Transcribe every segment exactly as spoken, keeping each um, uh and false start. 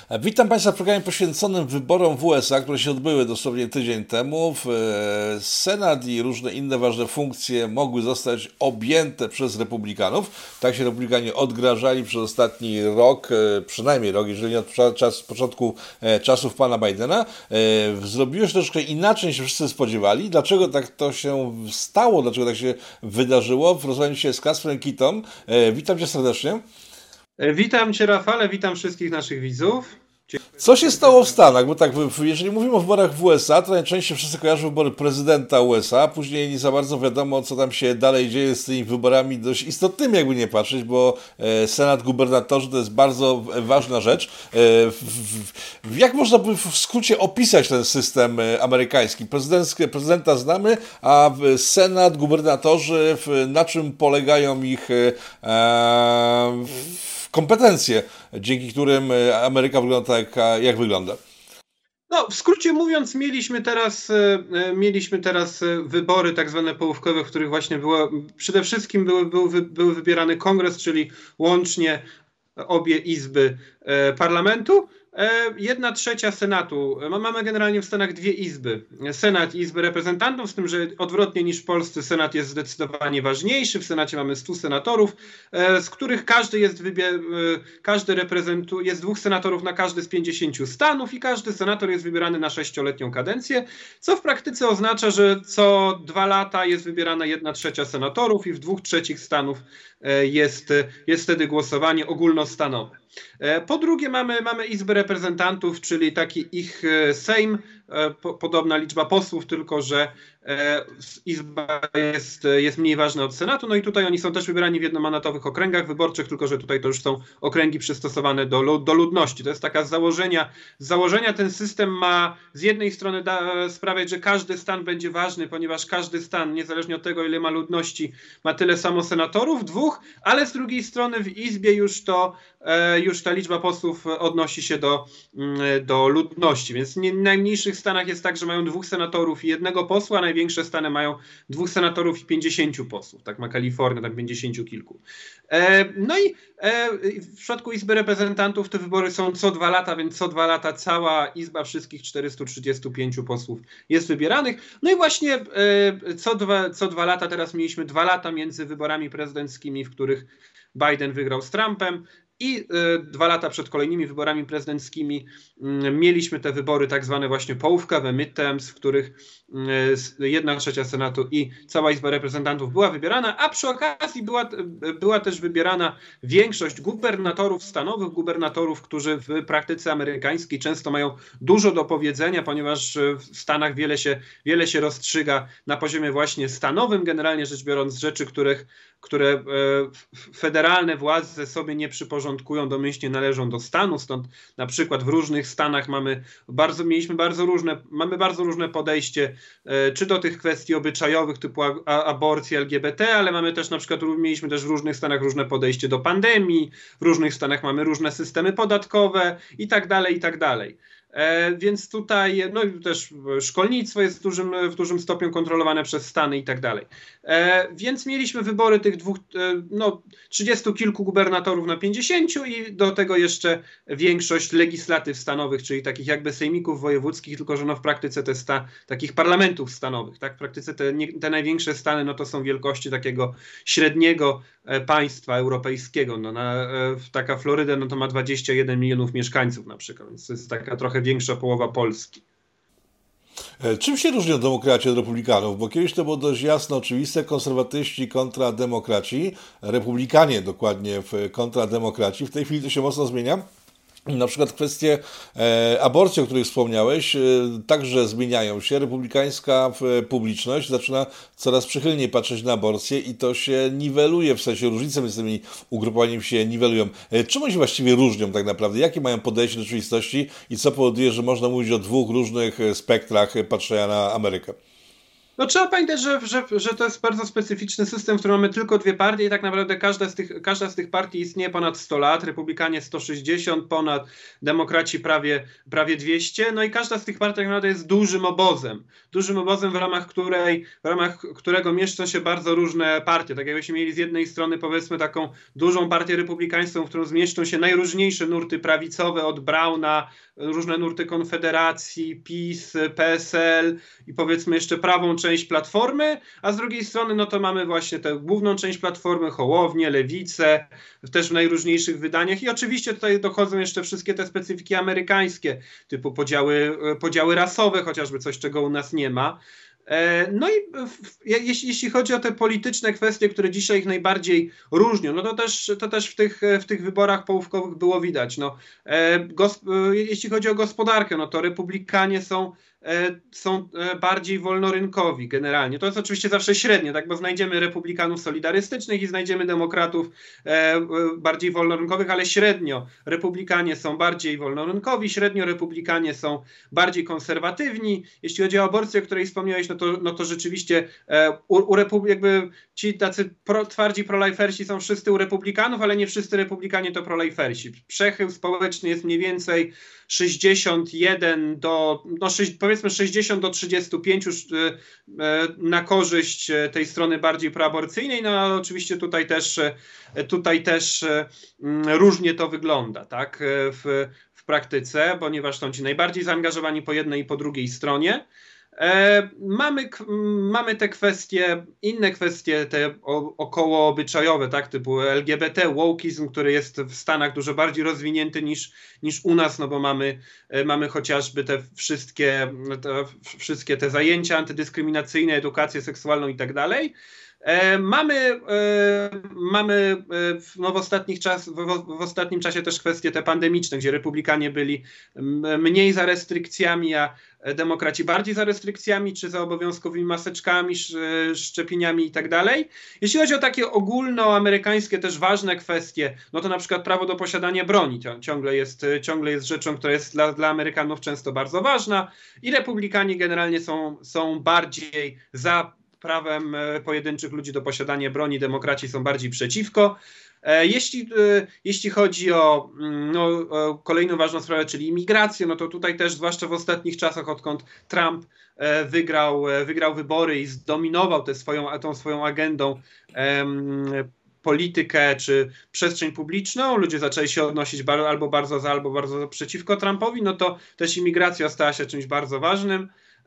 Witam Państwa w programie poświęconym wyborom w U S A, które się odbyły dosłownie tydzień temu. Senat i różne inne ważne funkcje mogły zostać objęte przez republikanów. Tak się republikanie odgrażali przez ostatni rok, przynajmniej rok, jeżeli nie od czas, początku czasów pana Bidena. Zrobiło się troszkę inaczej niż wszyscy spodziewali. Dlaczego tak to się stało? Dlaczego tak się wydarzyło? Rozmawiam się z Kasprem Kitą. Witam Cię serdecznie. Witam Cię, Rafale, witam wszystkich naszych widzów. Co się stało w Stanach? Bo tak, jeżeli mówimy o wyborach w U S A, to najczęściej wszyscy kojarzą wybory prezydenta U S A, później nie za bardzo wiadomo, co tam się dalej dzieje z tymi wyborami dość istotnymi, jakby nie patrzeć, bo Senat, gubernatorzy to jest bardzo ważna rzecz. Jak można by w skrócie opisać ten system amerykański? Prezydenta znamy, a Senat, gubernatorzy, na czym polegają ich e, kompetencje, dzięki którym Ameryka wygląda tak, jak wygląda? No, w skrócie mówiąc, mieliśmy teraz, mieliśmy teraz wybory tak zwane połówkowe, w których właśnie było, przede wszystkim były, był, był wybierany kongres, czyli łącznie obie izby parlamentu. Jedna trzecia Senatu. Mamy generalnie w Stanach dwie izby. Senat i Izby Reprezentantów, z tym, że odwrotnie niż w Polsce Senat jest zdecydowanie ważniejszy. W Senacie mamy stu senatorów, z których każdy jest wybier- każdy reprezentuje, jest dwóch senatorów na każdy z pięćdziesięciu stanów i każdy senator jest wybierany na sześcioletnią kadencję, co w praktyce oznacza, że co dwa lata jest wybierana jedna trzecia senatorów i w dwóch trzecich stanów jest, jest wtedy głosowanie ogólnostanowe. Po drugie mamy, mamy Izbę Reprezentantów, czyli taki ich Sejm, po, podobna liczba posłów, tylko że Izba jest, jest mniej ważna od Senatu, no i tutaj oni są też wybierani w jednomandatowych okręgach wyborczych, tylko że tutaj to już są okręgi przystosowane do, do ludności. To jest taka z założenia, z założenia ten system ma z jednej strony da, sprawiać, że każdy stan będzie ważny, ponieważ każdy stan, niezależnie od tego ile ma ludności, ma tyle samo senatorów, dwóch, ale z drugiej strony w Izbie już to już ta liczba posłów odnosi się do, do ludności, więc w najmniejszych stanach jest tak, że mają dwóch senatorów i jednego posła, a największe stany mają dwóch senatorów i pięćdziesięciu posłów. Tak ma Kalifornia, tak pięćdziesięciu kilku. No i w przypadku Izby Reprezentantów te wybory są co dwa lata, więc co dwa lata cała Izba wszystkich czterystu trzydziestu pięciu posłów jest wybieranych. No i właśnie co dwa, co dwa lata, teraz mieliśmy dwa lata między wyborami prezydenckimi, w których Biden wygrał z Trumpem, i y, dwa lata przed kolejnymi wyborami prezydenckimi y, mieliśmy te wybory tak zwane właśnie połówkowe, midterms, w których y, jedna trzecia Senatu i cała Izba Reprezentantów była wybierana, a przy okazji była, y, była też wybierana większość gubernatorów stanowych, gubernatorów, którzy w praktyce amerykańskiej często mają dużo do powiedzenia, ponieważ w Stanach wiele się, wiele się rozstrzyga na poziomie właśnie stanowym, generalnie rzecz biorąc rzeczy, których które e, federalne władze sobie nie przyporządkują, domyślnie należą do stanu, stąd na przykład w różnych stanach mamy bardzo, mieliśmy bardzo różne, mamy bardzo różne podejście, e, czy do tych kwestii obyczajowych typu a, a, aborcji, L G B T, ale mamy też na przykład, mieliśmy też w różnych stanach różne podejście do pandemii, w różnych stanach mamy różne systemy podatkowe i tak dalej, i tak dalej. E, więc tutaj, no i też szkolnictwo jest w dużym, w dużym stopniu kontrolowane przez Stany i tak dalej. E, więc mieliśmy wybory tych dwóch, e, no trzydziestu kilku gubernatorów na pięćdziesięciu i do tego jeszcze większość legislatyw stanowych, czyli takich jakby sejmików wojewódzkich, tylko że no w praktyce te sta, takich parlamentów stanowych, tak? W praktyce te, nie, te największe stany, no to są wielkości takiego średniego e, państwa europejskiego. No na, e, taka Floryda, no to ma dwadzieścia jeden milionów mieszkańców na przykład, więc to jest taka trochę większa połowa Polski. Czym się różnią demokraci od republikanów? Bo kiedyś to było dość jasno oczywiste, konserwatyści kontra demokraci, republikanie dokładnie kontra demokraci. W tej chwili to się mocno zmienia. Na przykład kwestie e, aborcji, o których wspomniałeś, e, także zmieniają się. Republikańska e, publiczność zaczyna coraz przychylniej patrzeć na aborcję i to się niweluje, w sensie różnice między tymi ugrupowaniami się niwelują. E, czym oni się właściwie różnią tak naprawdę? Jakie mają podejście do rzeczywistości i co powoduje, że można mówić o dwóch różnych spektrach patrzenia na Amerykę? No trzeba pamiętać, że, że, że to jest bardzo specyficzny system, w którym mamy tylko dwie partie i tak naprawdę każda z tych, każda z tych partii istnieje ponad sto lat, Republikanie sto sześćdziesiąt, ponad Demokraci prawie, prawie dwieście, no i każda z tych partii tak naprawdę jest dużym obozem. Dużym obozem, w ramach której, w ramach którego mieszczą się bardzo różne partie. Tak jakbyśmy mieli z jednej strony powiedzmy taką dużą partię republikańską, w którą zmieszczą się najróżniejsze nurty prawicowe od Browna, różne nurty Konfederacji, PiS, P S L i powiedzmy jeszcze prawą część Platformy, a z drugiej strony no to mamy właśnie tę główną część Platformy, Hołownię, Lewicę, też w najróżniejszych wydaniach i oczywiście tutaj dochodzą jeszcze wszystkie te specyfiki amerykańskie, typu podziały, podziały rasowe, chociażby coś, czego u nas nie ma. No i jeśli, jeśli chodzi o te polityczne kwestie, które dzisiaj ich najbardziej różnią, no to też, to też w, tych, w tych wyborach połówkowych było widać. No, gosp- jeśli chodzi o gospodarkę, no to republikanie są są bardziej wolnorynkowi generalnie. To jest oczywiście zawsze średnie, tak, bo znajdziemy republikanów solidarystycznych i znajdziemy demokratów bardziej wolnorynkowych, ale średnio republikanie są bardziej wolnorynkowi, średnio republikanie są bardziej konserwatywni. Jeśli chodzi o aborcję, o której wspomniałeś, no to, no to rzeczywiście u, u republi- jakby ci tacy pro, twardzi prolifersi są wszyscy u republikanów, ale nie wszyscy republikanie to prolifersi. Przechył społeczny jest mniej więcej sześćdziesiąt jeden do, no powiedzmy sześćdziesiąt do trzydziestu pięciu na korzyść tej strony bardziej proaborcyjnej, no ale oczywiście tutaj też, tutaj też różnie to wygląda, tak, w, w praktyce, ponieważ są ci najbardziej zaangażowani po jednej i po drugiej stronie. E, mamy, k- mamy te kwestie, inne kwestie, te o, około obyczajowe, tak, typu L G B T, wokeizm, który jest w Stanach dużo bardziej rozwinięty niż, niż u nas, no bo mamy, e, mamy chociażby te wszystkie, te wszystkie te zajęcia antydyskryminacyjne, edukację seksualną i tak dalej. E, mamy e, mamy e, no w, ostatnich czas, w, w ostatnim czasie też kwestie te pandemiczne, gdzie republikanie byli m, mniej za restrykcjami, a demokraci bardziej za restrykcjami, czy za obowiązkowymi maseczkami, sz, szczepieniami i tak dalej. Jeśli chodzi o takie ogólnoamerykańskie też ważne kwestie, no to na przykład prawo do posiadania broni ciągle jest, ciągle jest rzeczą, która jest dla, dla Amerykanów często bardzo ważna i republikanie generalnie są, są bardziej za prawem pojedynczych ludzi do posiadania broni, demokraci są bardziej przeciwko. Jeśli, jeśli chodzi o, no, o kolejną ważną sprawę, czyli imigrację, no to tutaj też, zwłaszcza w ostatnich czasach, odkąd Trump wygrał, wygrał wybory i zdominował tę swoją, tą swoją agendą um, politykę czy przestrzeń publiczną, ludzie zaczęli się odnosić bar- albo bardzo za, albo bardzo przeciwko Trumpowi, no to też imigracja stała się czymś bardzo ważnym.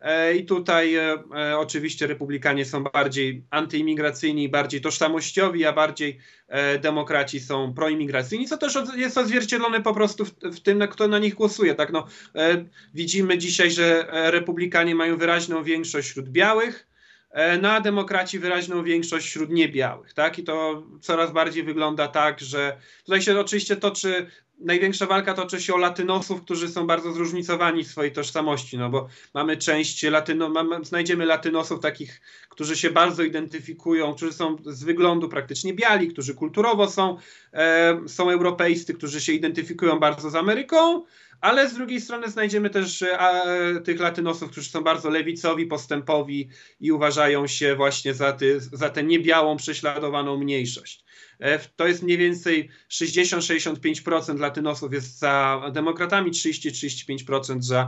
I tutaj e, oczywiście republikanie są bardziej antyimigracyjni, bardziej tożsamościowi, a bardziej e, demokraci są proimigracyjni, co też jest odzwierciedlone po prostu w, w tym, kto na nich głosuje. Tak, no, e, widzimy dzisiaj, że republikanie mają wyraźną większość wśród białych, e, no a demokraci wyraźną większość wśród niebiałych. Tak? I to coraz bardziej wygląda tak, że tutaj się oczywiście toczy największa walka toczy się o latynosów, którzy są bardzo zróżnicowani w swojej tożsamości, no bo mamy część latyno, mamy, znajdziemy latynosów takich, którzy się bardzo identyfikują, którzy są z wyglądu praktycznie biali, którzy kulturowo są, e, są europejscy, którzy się identyfikują bardzo z Ameryką, ale z drugiej strony znajdziemy też a, tych latynosów, którzy są bardzo lewicowi, postępowi i uważają się właśnie za, ty, za tę niebiałą, prześladowaną mniejszość. To jest mniej więcej sześćdziesiąt do sześćdziesięciu pięciu procent latynosów jest za demokratami, trzydzieści do trzydziestu pięciu procent za,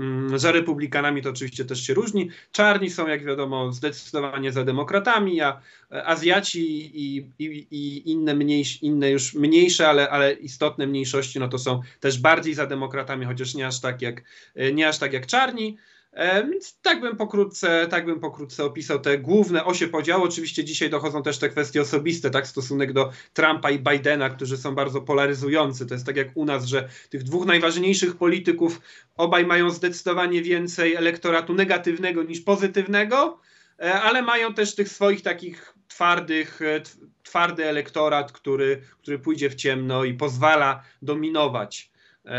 za republikanami, to oczywiście też się różni. Czarni są, jak wiadomo, zdecydowanie za demokratami, a Azjaci i, i, i inne, mniejsze, inne już mniejsze, ale, ale istotne mniejszości, no to są też bardziej za demokratami, chociaż nie aż tak jak, nie aż tak jak czarni. Więc tak bym pokrótce, tak bym pokrótce opisał te główne osie podziału. Oczywiście dzisiaj dochodzą też te kwestie osobiste, tak, stosunek do Trumpa i Bidena, którzy są bardzo polaryzujący. To jest tak jak u nas, że tych dwóch najważniejszych polityków obaj mają zdecydowanie więcej elektoratu negatywnego niż pozytywnego, ale mają też tych swoich takich twardych, twardy elektorat, który, który pójdzie w ciemno i pozwala dominować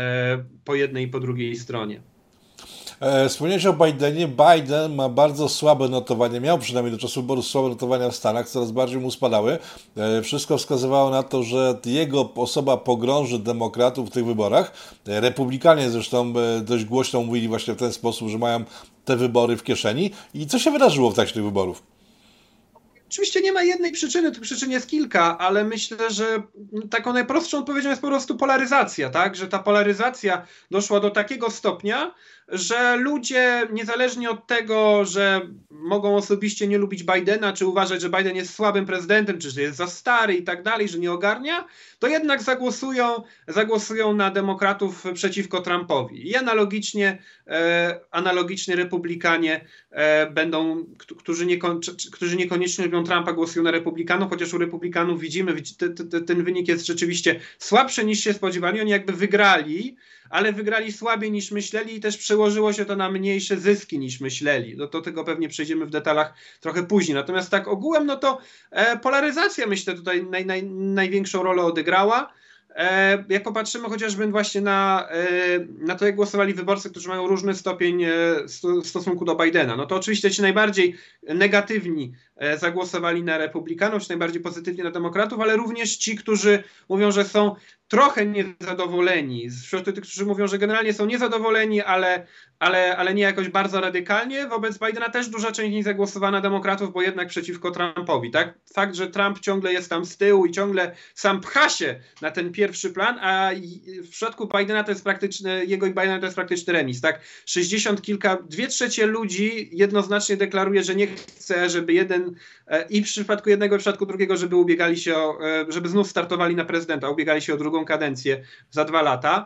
po jednej i po drugiej stronie. Wspomniałeś o Bidenie. Biden ma bardzo słabe notowania, miał przynajmniej do czasu wyboru słabe notowania w Stanach, coraz bardziej mu spadały. Wszystko wskazywało na to, że jego osoba pogrąży demokratów w tych wyborach. Republikanie zresztą dość głośno mówili właśnie w ten sposób, że mają te wybory w kieszeni. I co się wydarzyło w trakcie tych wyborów? Oczywiście nie ma jednej przyczyny, tych przyczyn jest kilka, ale myślę, że taką najprostszą odpowiedzią jest po prostu polaryzacja, tak? Że ta polaryzacja doszła do takiego stopnia, że ludzie niezależnie od tego, że mogą osobiście nie lubić Bidena, czy uważać, że Biden jest słabym prezydentem, czy że jest za stary i tak dalej, że nie ogarnia, to jednak zagłosują, zagłosują na demokratów przeciwko Trumpowi. I analogicznie, e, analogicznie republikanie e, będą, którzy, nieko, którzy niekoniecznie lubią Trumpa, głosują na republikanów, chociaż u republikanów widzimy, te, te, ten wynik jest rzeczywiście słabszy niż się spodziewali. Oni jakby wygrali, ale wygrali słabiej niż myśleli i też przełożyło się to na mniejsze zyski niż myśleli. Do, do tego pewnie przejdziemy w detalach trochę później. Natomiast tak ogółem, no to e, polaryzacja myślę tutaj naj, naj, największą rolę odegrała. E, jak popatrzymy chociażby właśnie na, e, na to, jak głosowali wyborcy, którzy mają różny stopień e, w stosunku do Bidena, no to oczywiście ci najbardziej negatywni e, zagłosowali na republikanów, czy najbardziej pozytywnie na demokratów, ale również ci, którzy mówią, że są trochę niezadowoleni, wśród tych, którzy mówią, że generalnie są niezadowoleni, ale, ale, ale nie jakoś bardzo radykalnie. Wobec Bidena też duża część nie zagłosowała na demokratów, bo jednak przeciwko Trumpowi. Tak? Fakt, że Trump ciągle jest tam z tyłu i ciągle sam pcha się na ten pierwszy plan, a w przypadku Bidena to jest praktyczny, jego i Bidena to jest praktyczny remis. Tak? sześćdziesiąt kilka, dwie trzecie ludzi jednoznacznie deklaruje, że nie chce, żeby jeden i w przypadku jednego, i w przypadku drugiego, żeby ubiegali się o, żeby znów startowali na prezydenta, ubiegali się o drugą kadencję za dwa lata.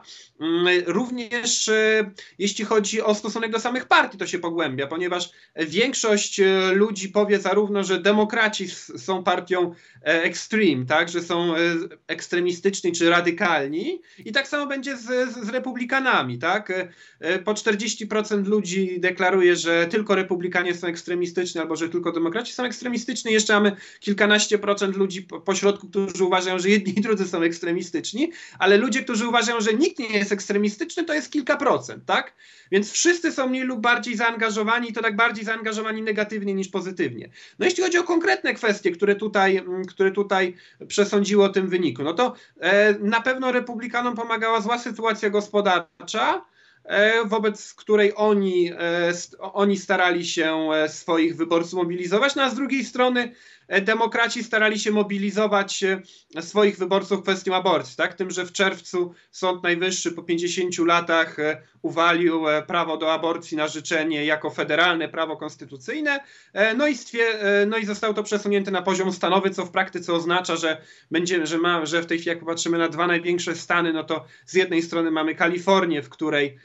Również jeśli chodzi o stosunek do samych partii, to się pogłębia, ponieważ większość ludzi powie zarówno, że demokraci są partią extreme, tak, że są ekstremistyczni czy radykalni i tak samo będzie z, z republikanami. Tak? Po czterdzieści procent ludzi deklaruje, że tylko republikanie są ekstremistyczni albo że tylko demokraci są ekstremistyczni. Jeszcze mamy kilkanaście procent ludzi pośrodku, którzy uważają, że jedni i drudzy są ekstremistyczni, ale ludzie, którzy uważają, że nikt nie jest ekstremistyczny, to jest kilka procent, tak? Więc wszyscy są mniej lub bardziej zaangażowani i to tak bardziej zaangażowani negatywnie niż pozytywnie. No jeśli chodzi o konkretne kwestie, które tutaj, które tutaj przesądziły o tym wyniku, no to e, na pewno republikanom pomagała zła sytuacja gospodarcza, wobec której oni, oni starali się swoich wyborców mobilizować, no a z drugiej strony demokraci starali się mobilizować swoich wyborców kwestią aborcji, tak? Tym, że w czerwcu Sąd Najwyższy po pięćdziesięciu latach uwalił prawo do aborcji na życzenie jako federalne prawo konstytucyjne, no i, stwier- no i zostało to przesunięte na poziom stanowy, co w praktyce oznacza, że będzie, że, ma, że w tej chwili jak popatrzymy na dwa największe stany, no to z jednej strony mamy Kalifornię, w której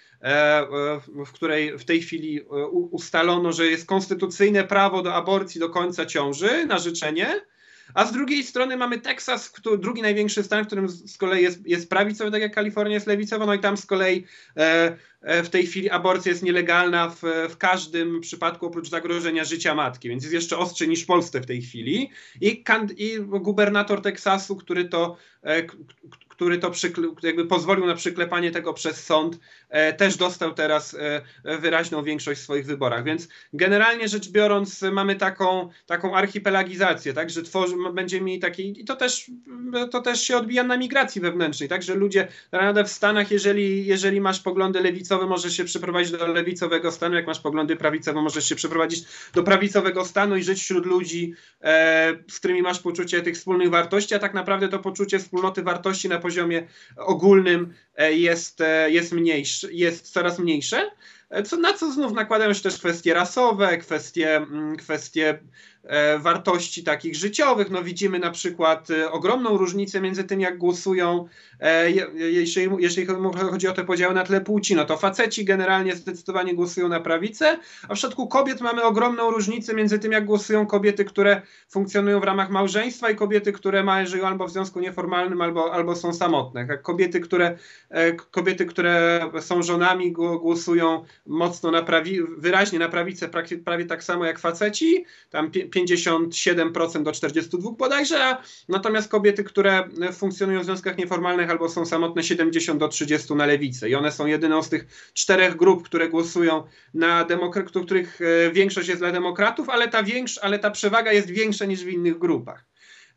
w której w tej chwili ustalono, że jest konstytucyjne prawo do aborcji do końca ciąży na życzenie, a z drugiej strony mamy Teksas, który, drugi największy stan, w którym z kolei jest, jest prawicowy, tak jak Kalifornia jest lewicowa, no i tam z kolei e, e, w tej chwili aborcja jest nielegalna w, w każdym przypadku oprócz zagrożenia życia matki, więc jest jeszcze ostrzej niż w Polsce w tej chwili. I, i gubernator Teksasu, który to e, k, który to przykle, jakby pozwolił na przyklepanie tego przez sąd, e, też dostał teraz e, wyraźną większość w swoich wyborach. Więc generalnie rzecz biorąc mamy taką, taką archipelagizację, tak, że tworzy, będziemy mieli taki, i to też, to też się odbija na migracji wewnętrznej, tak, że ludzie, naprawdę w Stanach, jeżeli, jeżeli masz poglądy lewicowe, możesz się przeprowadzić do lewicowego stanu, jak masz poglądy prawicowe, możesz się przeprowadzić do prawicowego stanu i żyć wśród ludzi, e, z którymi masz poczucie tych wspólnych wartości, a tak naprawdę to poczucie wspólnoty wartości na poziomie ogólnym jest, jest, mniejsze, jest coraz mniejsze, co, na co znów nakładają się też kwestie rasowe, kwestie, kwestie wartości takich życiowych. No widzimy na przykład ogromną różnicę między tym, jak głosują, jeśli, jeśli chodzi o te podziały na tle płci, no to faceci generalnie zdecydowanie głosują na prawicę, a w przypadku kobiet mamy ogromną różnicę między tym, jak głosują kobiety, które funkcjonują w ramach małżeństwa i kobiety, które mają, żyją albo w związku nieformalnym, albo, albo są samotne. Kobiety, które, kobiety, które są żonami, głosują mocno na prawi, wyraźnie na prawicę, prawie, prawie tak samo jak faceci, tam pięćdziesiąt siedem procent do czterdziestu dwóch bodajże, a natomiast kobiety, które funkcjonują w związkach nieformalnych albo są samotne, siedemdziesiąt do trzydziestu na lewicę. I one są jedyną z tych czterech grup, które głosują na demokratów, których większość jest dla demokratów, ale ta, większa, ale ta przewaga jest większa niż w innych grupach.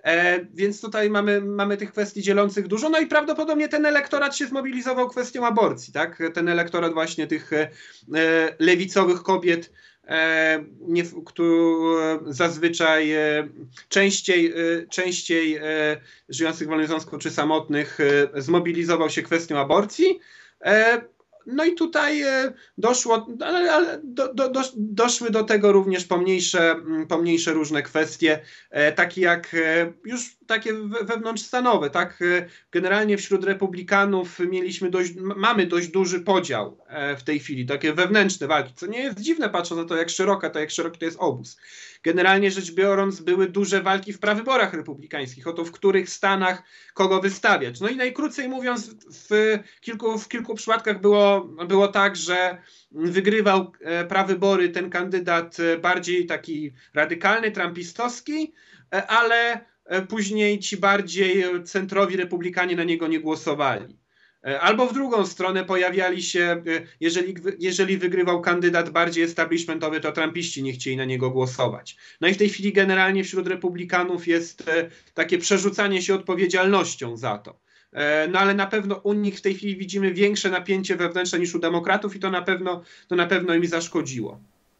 E, więc tutaj mamy, mamy tych kwestii dzielących dużo, no i prawdopodobnie ten elektorat się zmobilizował kwestią aborcji, tak? Ten elektorat właśnie tych e, lewicowych kobiet, e, nie, które zazwyczaj e, częściej, e, częściej e, żyjących w wolnym związku czy samotnych e, zmobilizował się kwestią aborcji. E, No i tutaj doszło, ale, ale do, do, do, doszły do tego również pomniejsze, pomniejsze różne kwestie, takie jak już takie wewnątrzstanowe, tak? Generalnie wśród republikanów mieliśmy dość, mamy dość duży podział w tej chwili, takie wewnętrzne walki, co nie jest dziwne, patrząc na to, jak szeroka, to jak szeroki to jest obóz. Generalnie rzecz biorąc, były duże walki w prawyborach republikańskich, o to, w których stanach kogo wystawiać. No i najkrócej mówiąc, w kilku, w kilku przypadkach było, było tak, że wygrywał prawybory ten kandydat bardziej taki radykalny, trumpistowski, ale później ci bardziej centrowi republikanie na niego nie głosowali. Albo w drugą stronę pojawiali się, jeżeli, jeżeli wygrywał kandydat bardziej establishmentowy, to trumpiści nie chcieli na niego głosować. No i w tej chwili generalnie wśród republikanów jest takie przerzucanie się odpowiedzialnością za to. No ale na pewno u nich w tej chwili widzimy większe napięcie wewnętrzne niż u demokratów i to na pewno, to na pewno im zaszkodziło.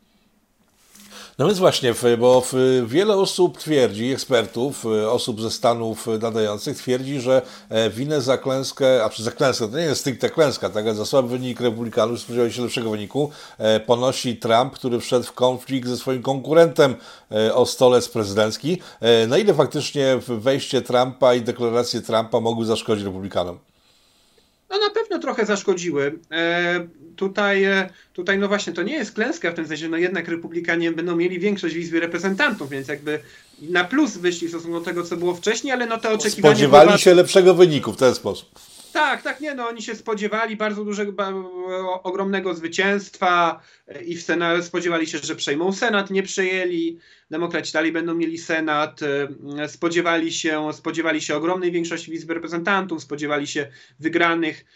No więc właśnie, bo wiele osób twierdzi, ekspertów, osób ze Stanów nadających twierdzi, że winę za klęskę, a przy za klęskę, to nie jest stricte klęska, tak, ale za słaby wynik republikanów, spodziewali się lepszego wyniku, ponosi Trump, który wszedł w konflikt ze swoim konkurentem o stolec prezydencki. Na ile faktycznie wejście Trumpa i deklaracje Trumpa mogły zaszkodzić republikanom? No na pewno trochę zaszkodziły. E, tutaj, tutaj no właśnie to nie jest klęska w tym sensie, no jednak republikanie będą mieli większość w Izbie Reprezentantów, więc jakby na plus wyszli w stosunku do tego, co było wcześniej, ale no te oczekiwania... Spodziewali była... się lepszego wyniku w ten sposób. Tak, tak, nie, no oni się spodziewali bardzo dużego, ogromnego zwycięstwa i w Senat, spodziewali się, że przejmą Senat, nie przejęli, demokraci dalej będą mieli Senat, spodziewali się, spodziewali się ogromnej większości w Izbie Reprezentantów, spodziewali się wygranych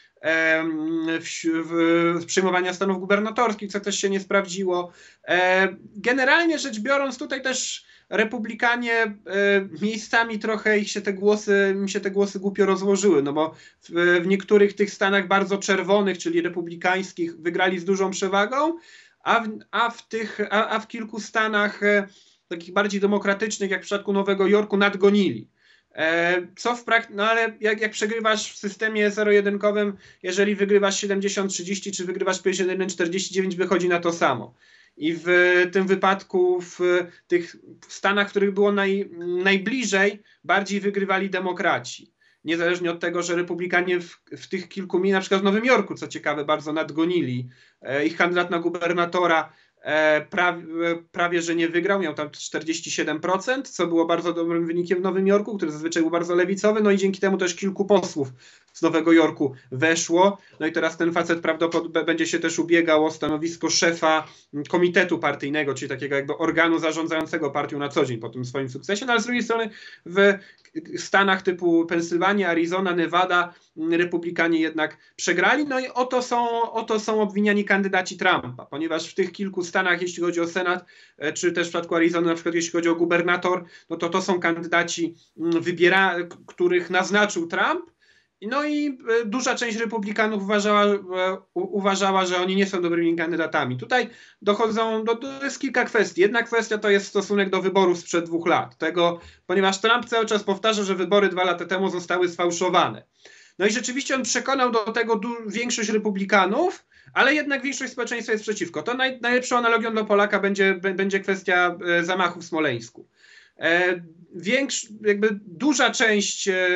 w, w, w przyjmowania stanów gubernatorskich, co też się nie sprawdziło. Generalnie rzecz biorąc, tutaj też republikanie e, miejscami trochę ich się te głosy, im się te głosy głupio rozłożyły, no bo w, w niektórych tych stanach bardzo czerwonych, czyli republikańskich, wygrali z dużą przewagą, a w, a w, tych, a, a w kilku stanach e, takich bardziej demokratycznych, jak w przypadku Nowego Jorku, nadgonili. E, co w prak- no ale jak, jak przegrywasz w systemie zero-jedynkowym, jeżeli wygrywasz siedemdziesiąt trzydzieści, czy wygrywasz pięćdziesiąt jeden czterdzieści dziewięć, wychodzi na to samo. I w tym wypadku w tych stanach, w których było naj, najbliżej, bardziej wygrywali demokraci. Niezależnie od tego, że republikanie w, w tych kilku miejscach, na przykład w Nowym Jorku, co ciekawe, bardzo nadgonili. E, ich kandydat na gubernatora e, prawie, prawie, że nie wygrał, miał tam czterdzieści siedem procent, co było bardzo dobrym wynikiem w Nowym Jorku, który zazwyczaj był bardzo lewicowy, no i dzięki temu też kilku posłów z Nowego Jorku weszło. No i teraz ten facet prawdopodobnie będzie się też ubiegał o stanowisko szefa komitetu partyjnego, czyli takiego jakby organu zarządzającego partią na co dzień po tym swoim sukcesie. No ale z drugiej strony w stanach typu Pensylwania, Arizona, Nevada republikanie jednak przegrali. No i oto są, oto są obwiniani kandydaci Trumpa, ponieważ w tych kilku stanach, jeśli chodzi o Senat, czy też w przypadku Arizony, na przykład jeśli chodzi o gubernator, no to to są kandydaci, wybiera, których naznaczył Trump. No i duża część republikanów uważała, uważała, że oni nie są dobrymi kandydatami. Tutaj dochodzą, do, do, jest kilka kwestii. Jedna kwestia to jest stosunek do wyborów sprzed dwóch lat. Tego, ponieważ Trump cały czas powtarza, że wybory dwa lata temu zostały sfałszowane. No i rzeczywiście on przekonał do tego du- większość republikanów, ale jednak większość społeczeństwa jest przeciwko. To naj, najlepszą analogią dla Polaka będzie, b- będzie kwestia e, zamachu w Smoleńsku. E, większ, jakby duża część e,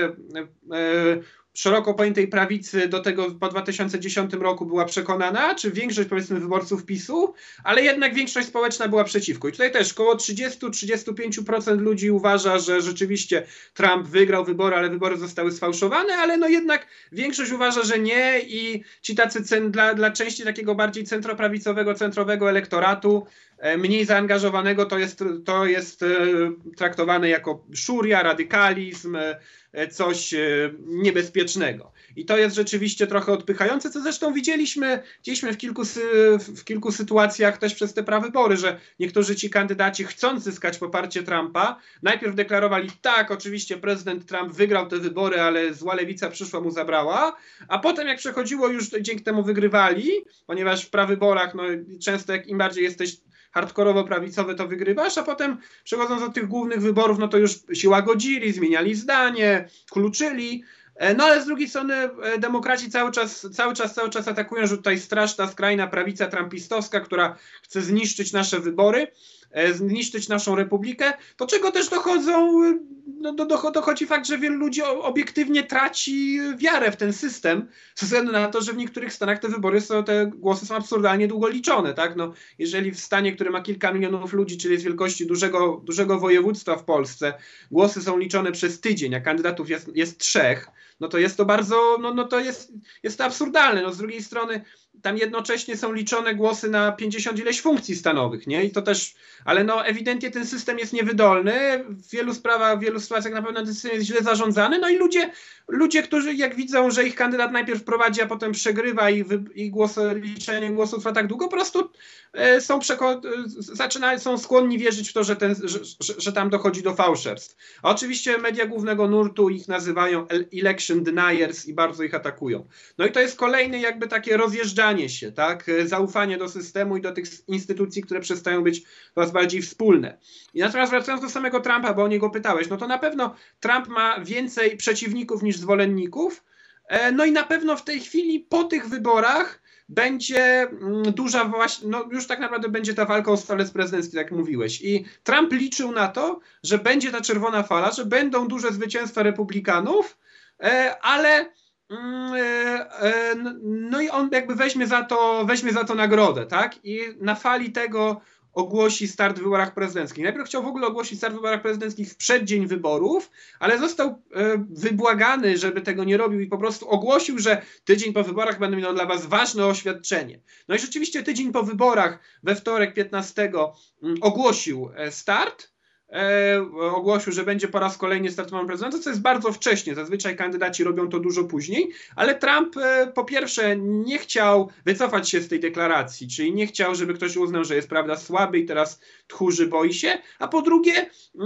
e, szeroko pojętej prawicy do tego po dwa tysiące dziesiątym roku była przekonana, czy większość powiedzmy wyborców PiSu, ale jednak większość społeczna była przeciwko. I tutaj też około trzydzieści do trzydziestu pięciu procent ludzi uważa, że rzeczywiście Trump wygrał wybory, ale wybory zostały sfałszowane, ale no jednak większość uważa, że nie i ci tacy cen, dla, dla części takiego bardziej centroprawicowego, centrowego elektoratu, mniej zaangażowanego, to jest, to jest traktowane jako szuria, radykalizm, coś niebezpiecznego. I to jest rzeczywiście trochę odpychające, co zresztą widzieliśmy, widzieliśmy w kilku, w kilku sytuacjach też przez te prawybory, że niektórzy ci kandydaci, chcąc zyskać poparcie Trumpa, najpierw deklarowali, tak, oczywiście prezydent Trump wygrał te wybory, ale zła lewica przyszła, mu zabrała, a potem jak przechodziło, już dzięki temu wygrywali, ponieważ w prawyborach no, często jak im bardziej jesteś hardkorowo prawicowy, to wygrywasz, a potem przechodząc do tych głównych wyborów, no to już się łagodzili, zmieniali zdanie, kluczyli. No ale z drugiej strony demokraci cały czas, cały czas, cały czas atakują, że tutaj straszna, skrajna prawica trumpistowska, która chce zniszczyć nasze wybory, zniszczyć naszą republikę, do czego też dochodzą, no, do, do, dochodzi fakt, że wielu ludzi obiektywnie traci wiarę w ten system, ze względu na to, że w niektórych stanach te wybory są, te głosy są absurdalnie długo liczone, tak? No, jeżeli w stanie, który ma kilka milionów ludzi, czyli jest wielkości dużego, dużego województwa w Polsce, głosy są liczone przez tydzień, a kandydatów jest, jest trzech, no to jest to bardzo, no, no to jest, jest to absurdalne. No, z drugiej strony tam jednocześnie są liczone głosy na pięćdziesiąt ileś funkcji stanowych, nie? I to też, ale no ewidentnie ten system jest niewydolny, w wielu sprawach, w wielu sytuacjach na pewno ten system jest źle zarządzany, no i ludzie, ludzie, którzy jak widzą, że ich kandydat najpierw prowadzi, a potem przegrywa i, wy, i głos, liczenie głosów trwa tak długo, po prostu e, są, przeko- zaczynają, są skłonni wierzyć w to, że, ten, że, że, że tam dochodzi do fałszerstw. A oczywiście media głównego nurtu ich nazywają election deniers i bardzo ich atakują. No i to jest kolejne jakby takie rozjeżdżanie się, tak? Zaufanie do systemu i do tych instytucji, które przestają być coraz bardziej wspólne. I natomiast wracając do samego Trumpa, bo o niego pytałeś, no to na pewno Trump ma więcej przeciwników niż zwolenników, no i na pewno w tej chwili po tych wyborach będzie duża właśnie, no już tak naprawdę będzie ta walka o stolec prezydencki, tak jak mówiłeś. I Trump liczył na to, że będzie ta czerwona fala, że będą duże zwycięstwa republikanów, ale no i on jakby weźmie za to, weźmie za to nagrodę, tak? I na fali tego ogłosi start w wyborach prezydenckich. Najpierw chciał w ogóle ogłosić start w wyborach prezydenckich w przeddzień wyborów, ale został wybłagany, żeby tego nie robił i po prostu ogłosił, że tydzień po wyborach będę miał dla was ważne oświadczenie. No i rzeczywiście tydzień po wyborach, we wtorek piętnastego ogłosił start, E, ogłosił, że będzie po raz kolejny startował prezydentem, co jest bardzo wcześnie. Zazwyczaj kandydaci robią to dużo później, ale Trump e, po pierwsze nie chciał wycofać się z tej deklaracji, czyli nie chciał, żeby ktoś uznał, że jest prawda słaby i teraz tchórzy, boi się, a po drugie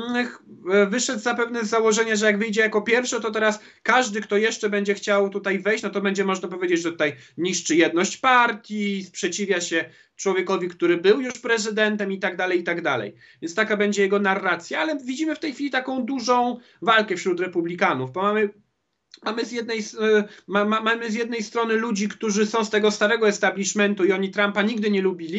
mm, wyszedł zapewne z założenia, że jak wyjdzie jako pierwszy, to teraz każdy, kto jeszcze będzie chciał tutaj wejść, no to będzie można powiedzieć, że tutaj niszczy jedność partii, sprzeciwia się człowiekowi, który był już prezydentem i tak dalej, i tak dalej. Więc taka będzie jego narracja, ale widzimy w tej chwili taką dużą walkę wśród republikanów, bo mamy Mamy z, jednej, ma, ma, mamy z jednej strony ludzi, którzy są z tego starego establishmentu i oni Trumpa nigdy nie lubili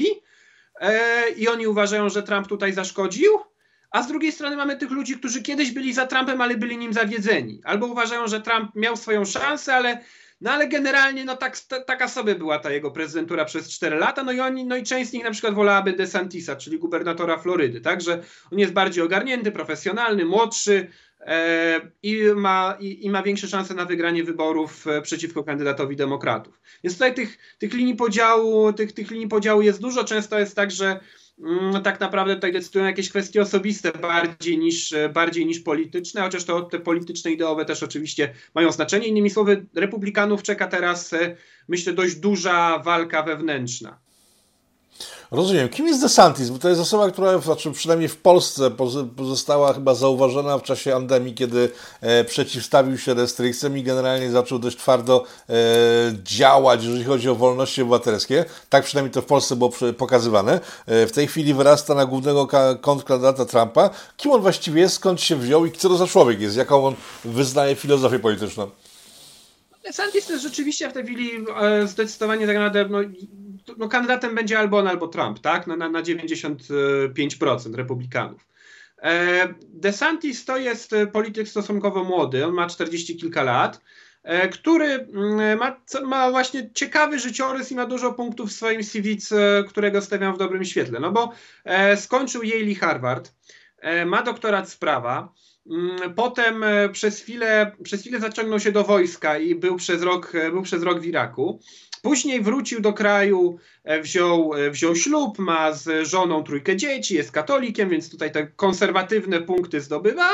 e, i oni uważają, że Trump tutaj zaszkodził, a z drugiej strony mamy tych ludzi, którzy kiedyś byli za Trumpem, ale byli nim zawiedzeni. Albo uważają, że Trump miał swoją szansę, ale No ale generalnie no tak, t- taka sobie była ta jego prezydentura przez cztery lata, no i oni, no i część z nich na przykład wolałaby DeSantisa, czyli gubernatora Florydy, także on jest bardziej ogarnięty, profesjonalny, młodszy e, i, ma, i, i ma większe szanse na wygranie wyborów e, przeciwko kandydatowi demokratów. Więc tutaj tych, tych linii podziału, tych, tych linii podziału jest dużo, często jest tak, że No, tak naprawdę tutaj decydują jakieś kwestie osobiste bardziej niż, bardziej niż polityczne, chociaż to te polityczne, ideowe też oczywiście mają znaczenie. Innymi słowy, republikanów czeka teraz, myślę, dość duża walka wewnętrzna. Rozumiem. Kim jest DeSantis? Bo to jest osoba, która znaczy przynajmniej w Polsce została chyba zauważona w czasie pandemii, kiedy e, przeciwstawił się restrykcjom i generalnie zaczął dość twardo e, działać, jeżeli chodzi o wolności obywatelskie. Tak przynajmniej to w Polsce było pokazywane. E, w tej chwili wyrasta na głównego kontrkandydata Trumpa. Kim on właściwie jest, skąd się wziął i co to za człowiek jest? Jaką on wyznaje filozofię polityczną? DeSantis to jest rzeczywiście w tej chwili e, zdecydowanie tak naprawdę no, no, kandydatem będzie albo on, albo Trump, tak? Na, na, na dziewięćdziesiąt pięć procent republikanów. E, DeSantis to jest polityk stosunkowo młody, on ma czterdzieści kilka lat, e, który ma, ma właśnie ciekawy życiorys i ma dużo punktów w swoim C V, którego stawiam w dobrym świetle, no bo e, skończył Yale i Harvard, e, ma doktorat z prawa. Potem przez chwilę, przez chwilę zaciągnął się do wojska i był przez rok, był przez rok w Iraku. Później wrócił do kraju, wziął, wziął ślub, ma z żoną trójkę dzieci, jest katolikiem, więc tutaj te konserwatywne punkty zdobywa.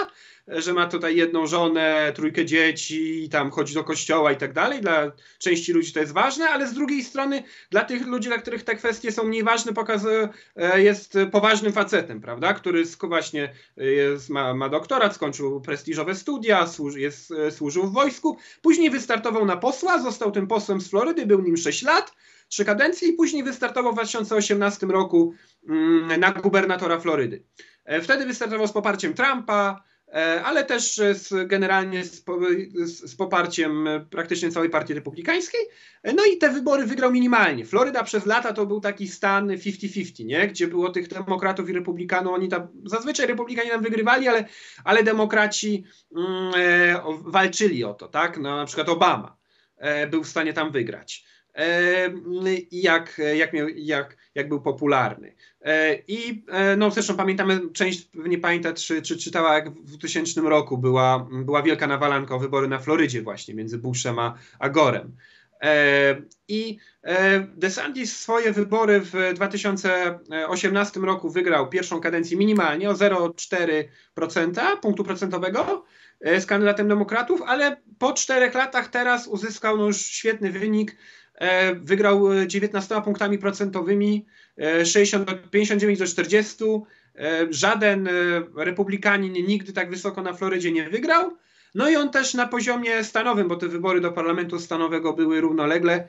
że ma tutaj jedną żonę, trójkę dzieci, tam chodzi do kościoła i tak dalej. Dla części ludzi to jest ważne, ale z drugiej strony dla tych ludzi, dla których te kwestie są mniej ważne, pokazuje, jest poważnym facetem, prawda, który właśnie jest, ma, ma doktorat, skończył prestiżowe studia, służy, jest, służył w wojsku, później wystartował na posła, został tym posłem z Florydy, był nim sześć lat, trzy kadencje i później wystartował w dwa tysiące osiemnastym roku na gubernatora Florydy. Wtedy wystartował z poparciem Trumpa, ale też z, generalnie z, z, z poparciem praktycznie całej partii republikańskiej. No i te wybory wygrał minimalnie. Floryda przez lata to był taki stan pięćdziesiąt pięćdziesiąt, nie? Gdzie było tych demokratów i republikanów. Oni tam, zazwyczaj republikanie tam wygrywali, ale, ale demokraci mm, walczyli o to, tak? No, na przykład Obama e, był w stanie tam wygrać. I jak, jak, miał, jak, jak był popularny. I no zresztą pamiętamy, część nie pamięta, czy, czy czytała, jak w dwutysięcznym roku była, była wielka nawalanka o wybory na Florydzie właśnie, między Bushem a, a Gorem. I DeSantis swoje wybory w dwa tysiące osiemnastym roku wygrał pierwszą kadencję minimalnie o zero przecinek cztery procent punktu procentowego z kandydatem demokratów, ale po czterech latach teraz uzyskał no już świetny wynik. Wygrał dziewiętnastoma punktami procentowymi, pięćdziesiąt dziewięć do czterdziestu. Żaden republikanin nigdy tak wysoko na Florydzie nie wygrał. No i on też na poziomie stanowym, bo te wybory do parlamentu stanowego były równolegle,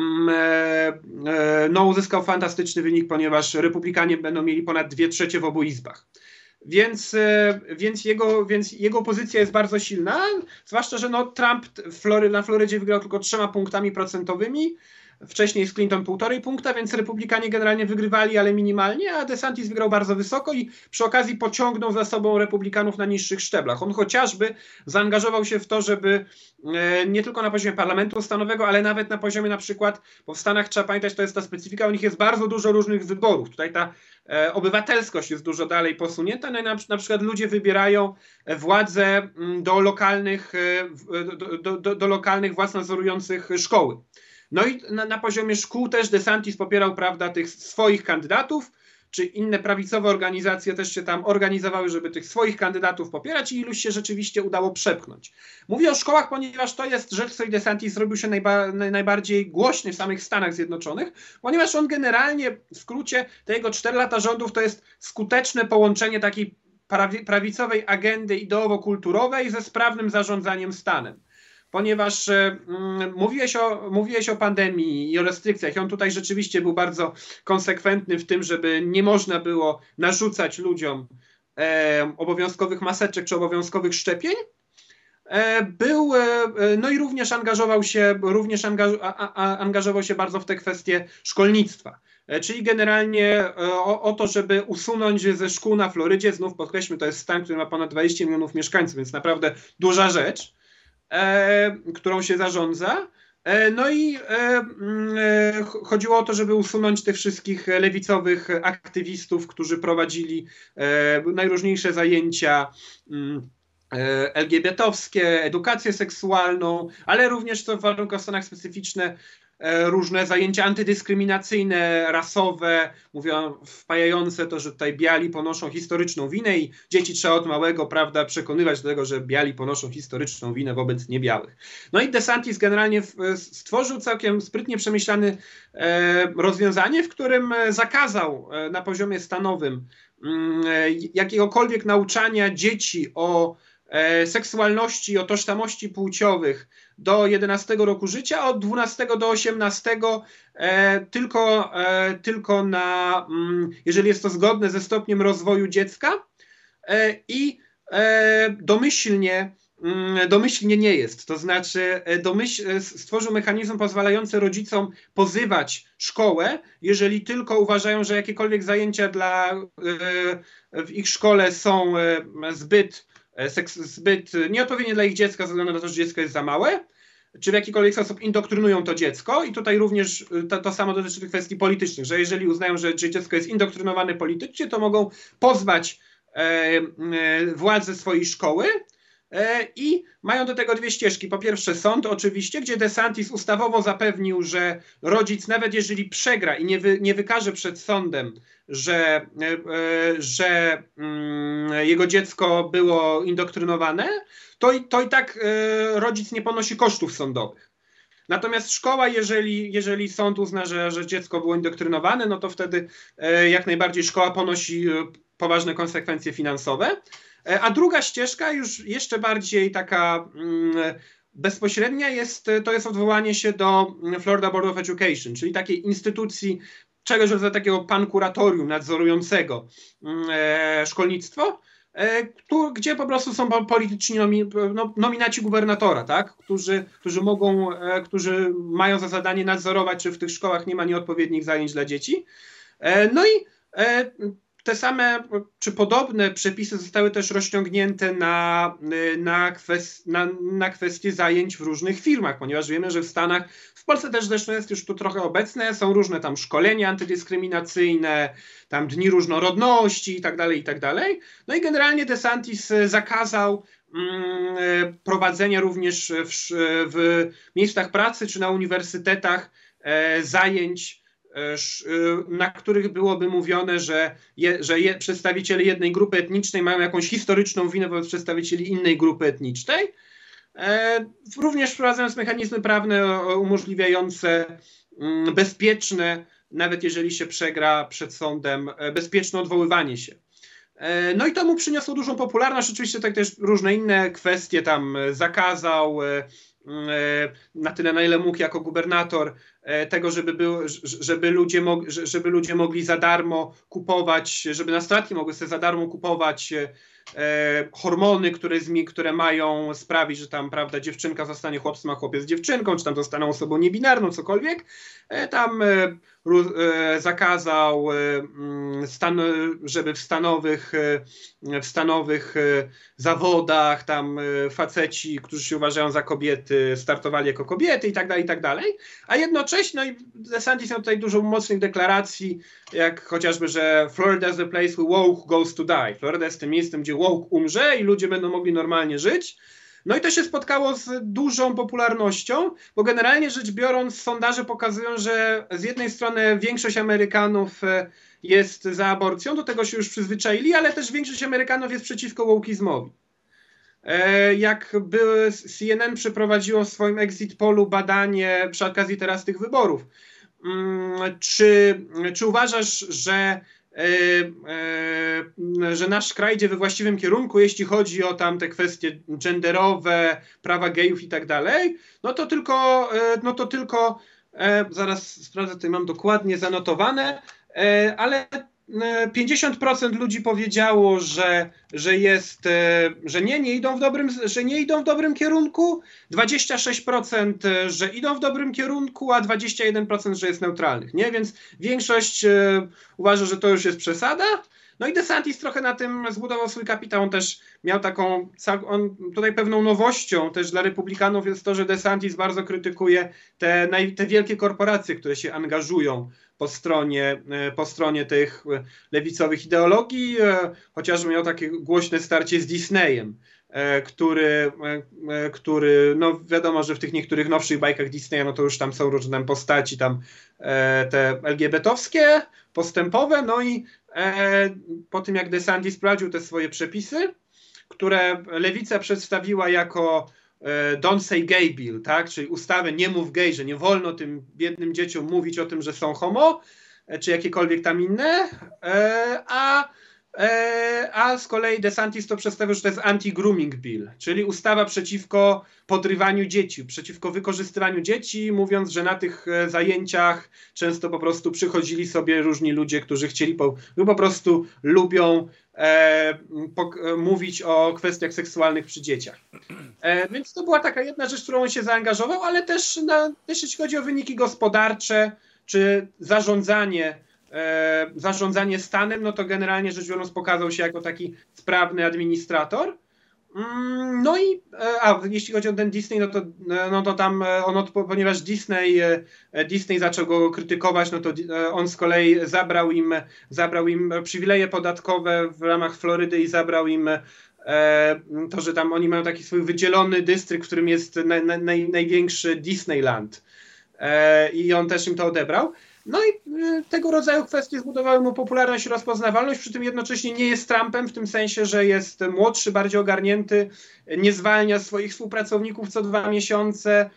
no uzyskał fantastyczny wynik, ponieważ republikanie będą mieli ponad dwie trzecie w obu izbach. Więc, więc, jego, więc jego pozycja jest bardzo silna, zwłaszcza, że no Trump Flory, na Florydzie wygrał tylko trzema punktami procentowymi, wcześniej z Clinton półtorej punkta, więc republikanie generalnie wygrywali, ale minimalnie, a DeSantis wygrał bardzo wysoko i przy okazji pociągnął za sobą republikanów na niższych szczeblach. On chociażby zaangażował się w to, żeby nie tylko na poziomie parlamentu stanowego, ale nawet na poziomie na przykład, bo w Stanach trzeba pamiętać, to jest ta specyfika, u nich jest bardzo dużo różnych wyborów. Tutaj ta e, obywatelskość jest dużo dalej posunięta, no i na, na przykład ludzie wybierają władzę do lokalnych, do, do, do, do lokalnych władz nadzorujących szkoły. No i na, na poziomie szkół też DeSantis popierał, prawda, tych swoich kandydatów, czy inne prawicowe organizacje też się tam organizowały, żeby tych swoich kandydatów popierać i iluś się rzeczywiście udało przepchnąć. Mówię o szkołach, ponieważ to jest rzecz, w której DeSantis zrobił się najba, najbardziej głośny w samych Stanach Zjednoczonych, ponieważ on generalnie, w skrócie, te jego cztery lata rządów to jest skuteczne połączenie takiej prawi, prawicowej agendy ideowo-kulturowej ze sprawnym zarządzaniem stanem. Ponieważ mm, mówiłeś, o, mówiłeś o pandemii i o restrykcjach i on tutaj rzeczywiście był bardzo konsekwentny w tym, żeby nie można było narzucać ludziom e, obowiązkowych maseczek czy obowiązkowych szczepień. E, był, e, no i również angażował się, również angaż, a, a, angażował się bardzo w te kwestie szkolnictwa. E, czyli generalnie e, o, o to, żeby usunąć ze szkół na Florydzie, znów podkreślmy, to jest stan, który ma ponad dwadzieścia milionów mieszkańców, więc naprawdę duża rzecz. E, którą się zarządza. E, no i e, e, chodziło o to, żeby usunąć tych wszystkich lewicowych aktywistów, którzy prowadzili e, najróżniejsze zajęcia e, el gie be te owskie, edukację seksualną, ale również to w warunkach w Stanach specyficzne różne zajęcia antydyskryminacyjne, rasowe, mówią wpajające to, że tutaj biali ponoszą historyczną winę i dzieci trzeba od małego, prawda, przekonywać do tego, że biali ponoszą historyczną winę wobec niebiałych. No i DeSantis generalnie stworzył całkiem sprytnie przemyślane rozwiązanie, w którym zakazał na poziomie stanowym jakiegokolwiek nauczania dzieci o seksualności, o tożsamości płciowych do jedenastego roku życia, a od dwunastego do osiemnastego e, tylko, e, tylko na, mm, jeżeli jest to zgodne ze stopniem rozwoju dziecka e, i e, domyślnie, mm, domyślnie nie jest. To znaczy domyśl, stworzył mechanizm pozwalający rodzicom pozywać szkołę, jeżeli tylko uważają, że jakiekolwiek zajęcia dla, e, w ich szkole są e, zbyt Seks zbyt nieodpowiednie dla ich dziecka, ze względu na to, że dziecko jest za małe, czy w jakikolwiek sposób indoktrynują to dziecko. I tutaj również to, to samo dotyczy tych kwestii politycznych, że jeżeli uznają, że, że dziecko jest indoktrynowane politycznie, to mogą pozwać e, e, władze swojej szkoły I mają do tego dwie ścieżki. Po pierwsze sąd oczywiście, gdzie DeSantis ustawowo zapewnił, że rodzic, nawet jeżeli przegra i nie, wy, nie wykaże przed sądem, że, że jego dziecko było indoktrynowane, to, to i tak rodzic nie ponosi kosztów sądowych. Natomiast szkoła, jeżeli, jeżeli sąd uzna, że, że dziecko było indoktrynowane, no to wtedy jak najbardziej szkoła ponosi poważne konsekwencje finansowe. A druga ścieżka, już jeszcze bardziej taka mm, bezpośrednia, jest, to jest odwołanie się do Florida Board of Education, czyli takiej instytucji, czegoś rodzaju takiego pankuratorium nadzorującego e, szkolnictwo, e, tu, gdzie po prostu są polityczni nomi, no, nominaci gubernatora, tak? którzy, którzy, mogą, e, którzy mają za zadanie nadzorować, czy w tych szkołach nie ma nieodpowiednich zajęć dla dzieci. E, no i e, te same, czy podobne przepisy zostały też rozciągnięte na, na, kwest, na, na kwestie zajęć w różnych firmach, ponieważ wiemy, że w Stanach, w Polsce też zresztą jest już tu trochę obecne, są różne tam szkolenia antydyskryminacyjne, tam dni różnorodności i tak dalej, i tak dalej. No i generalnie DeSantis zakazał mm, prowadzenia również w, w miejscach pracy czy na uniwersytetach e, zajęć, na których byłoby mówione, że, je, że je, przedstawiciele jednej grupy etnicznej mają jakąś historyczną winę wobec przedstawicieli innej grupy etnicznej. E, również wprowadzając mechanizmy prawne umożliwiające mm, bezpieczne, nawet jeżeli się przegra przed sądem, bezpieczne odwoływanie się. E, no i to mu przyniosło dużą popularność. Oczywiście tak też różne inne kwestie tam zakazał, e, na tyle, na ile mógł jako gubernator, tego, żeby, był, żeby, ludzie, mog, żeby ludzie mogli za darmo kupować, żeby nastolatki mogły sobie za darmo kupować e, hormony, które, które mają sprawić, że tam, prawda, dziewczynka zostanie chłopcem, a chłopiec dziewczynką, czy tam zostaną osobą niebinarną, cokolwiek. E, tam e, e, zakazał, e, stan, żeby w stanowych, e, w stanowych e, zawodach tam e, faceci, którzy się uważają za kobiety, startowali jako kobiety i tak dalej, i tak dalej. A jednocześnie, no i DeSantis miał tutaj dużo mocnych deklaracji, jak chociażby, że Florida is the place where woke goes to die. Florida jest tym miejscem, gdzie woke umrze i ludzie będą mogli normalnie żyć. No i to się spotkało z dużą popularnością, bo generalnie rzecz biorąc sondaże pokazują, że z jednej strony większość Amerykanów jest za aborcją, do tego się już przyzwyczaili, ale też większość Amerykanów jest przeciwko wokeizmowi. Jak były, C N N przeprowadziło w swoim exit pollu badanie przy okazji teraz tych wyborów. Czy, czy uważasz, że, że nasz kraj idzie we właściwym kierunku, jeśli chodzi o tam te kwestie genderowe, prawa gejów i tak dalej? No to tylko, no to tylko zaraz sprawdzę, tutaj mam dokładnie zanotowane, ale pięćdziesiąt procent ludzi powiedziało, że, że jest, że nie, nie idą w dobrym, że nie idą w dobrym kierunku, dwadzieścia sześć procent, że idą w dobrym kierunku, a dwadzieścia jeden procent, że jest neutralnych, nie? Więc większość uważa, że to już jest przesada. No i DeSantis trochę na tym zbudował swój kapitał. On też miał taką, on tutaj pewną nowością też dla republikanów jest to, że DeSantis bardzo krytykuje te, te wielkie korporacje, które się angażują po stronie, po stronie tych lewicowych ideologii. Chociażby miał takie głośne starcie z Disneyem, który, który, no wiadomo, że w tych niektórych nowszych bajkach Disneya, no to już tam są różne postaci tam te el gie be te owskie, postępowe, no i po tym jak DeSantis sprawdził te swoje przepisy, które lewica przedstawiła jako Don't Say Gay Bill, tak? Czyli ustawę nie mów gej, że nie wolno tym biednym dzieciom mówić o tym, że są homo, czy jakiekolwiek tam inne, a, a z kolei DeSantis to przedstawił, że to jest Anti-Grooming Bill, czyli ustawa przeciwko podrywaniu dzieci, przeciwko wykorzystywaniu dzieci, mówiąc, że na tych zajęciach często po prostu przychodzili sobie różni ludzie, którzy chcieli, po, po prostu lubią E, po, e, mówić o kwestiach seksualnych przy dzieciach. E, więc to była taka jedna rzecz, którą on się zaangażował, ale też, na, też jeśli chodzi o wyniki gospodarcze, czy zarządzanie, e, zarządzanie stanem, no to generalnie rzecz biorąc pokazał się jako taki sprawny administrator. Mm, no i a, jeśli chodzi o ten Disney, no to, no to tam on, od, ponieważ Disney, Disney zaczął go krytykować, no to on z kolei zabrał im, zabrał im przywileje podatkowe w ramach Florydy i zabrał im to, że tam oni mają taki swój wydzielony dystrykt, w którym jest naj, naj, największy Disneyland i on też im to odebrał. No i tego rodzaju kwestie zbudowały mu popularność i rozpoznawalność, przy tym jednocześnie nie jest Trumpem w tym sensie, że jest młodszy, bardziej ogarnięty, nie zwalnia swoich współpracowników co dwa miesiące,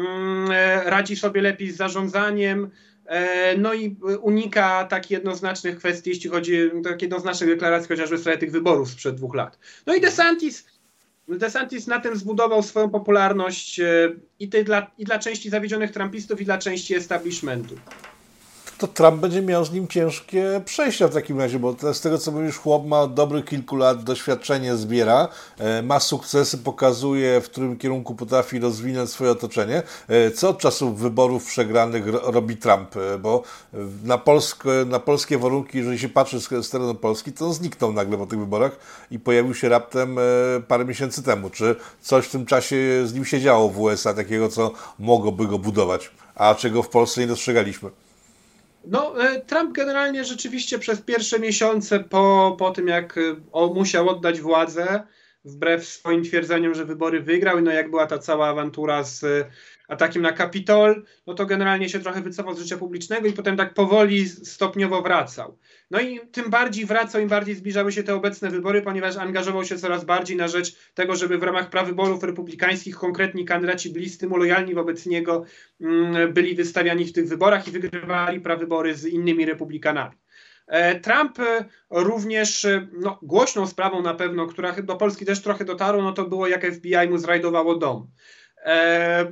radzi sobie lepiej z zarządzaniem, no i unika takich jednoznacznych kwestii, jeśli chodzi o takie jednoznaczne deklaracje, chociażby w sprawie tych wyborów sprzed dwóch lat. No i DeSantis, DeSantis na tym zbudował swoją popularność i, ty dla, i dla części zawiedzionych trumpistów, i dla części establishmentu. To Trump będzie miał z nim ciężkie przejścia w takim razie, bo z tego co mówisz, chłop ma od dobrych kilku lat, doświadczenie zbiera, ma sukcesy, pokazuje, w którym kierunku potrafi rozwinąć swoje otoczenie. Co od czasu wyborów przegranych robi Trump? Bo na, polskie, na polskie warunki, jeżeli się patrzy z terenu Polski, to on zniknął nagle po tych wyborach i pojawił się raptem parę miesięcy temu. Czy coś w tym czasie z nim się działo w U S A takiego, co mogłoby go budować, a czego w Polsce nie dostrzegaliśmy? No, Trump generalnie rzeczywiście przez pierwsze miesiące po, po tym, jak on musiał oddać władzę, wbrew swoim twierdzeniom, że wybory wygrał, no jak była ta cała awantura z atakiem na Kapitol, no to generalnie się trochę wycofał z życia publicznego i potem tak powoli, stopniowo wracał. No i tym bardziej wracał, im bardziej zbliżały się te obecne wybory, ponieważ angażował się coraz bardziej na rzecz tego, żeby w ramach prawyborów republikańskich konkretni kandydaci bliscy mu, lojalni wobec niego byli wystawiani w tych wyborach i wygrywali prawybory z innymi republikanami. Trump również, no, głośną sprawą na pewno, która do Polski też trochę dotarła, no to było, jak F B I mu zrajdowało dom. E, e,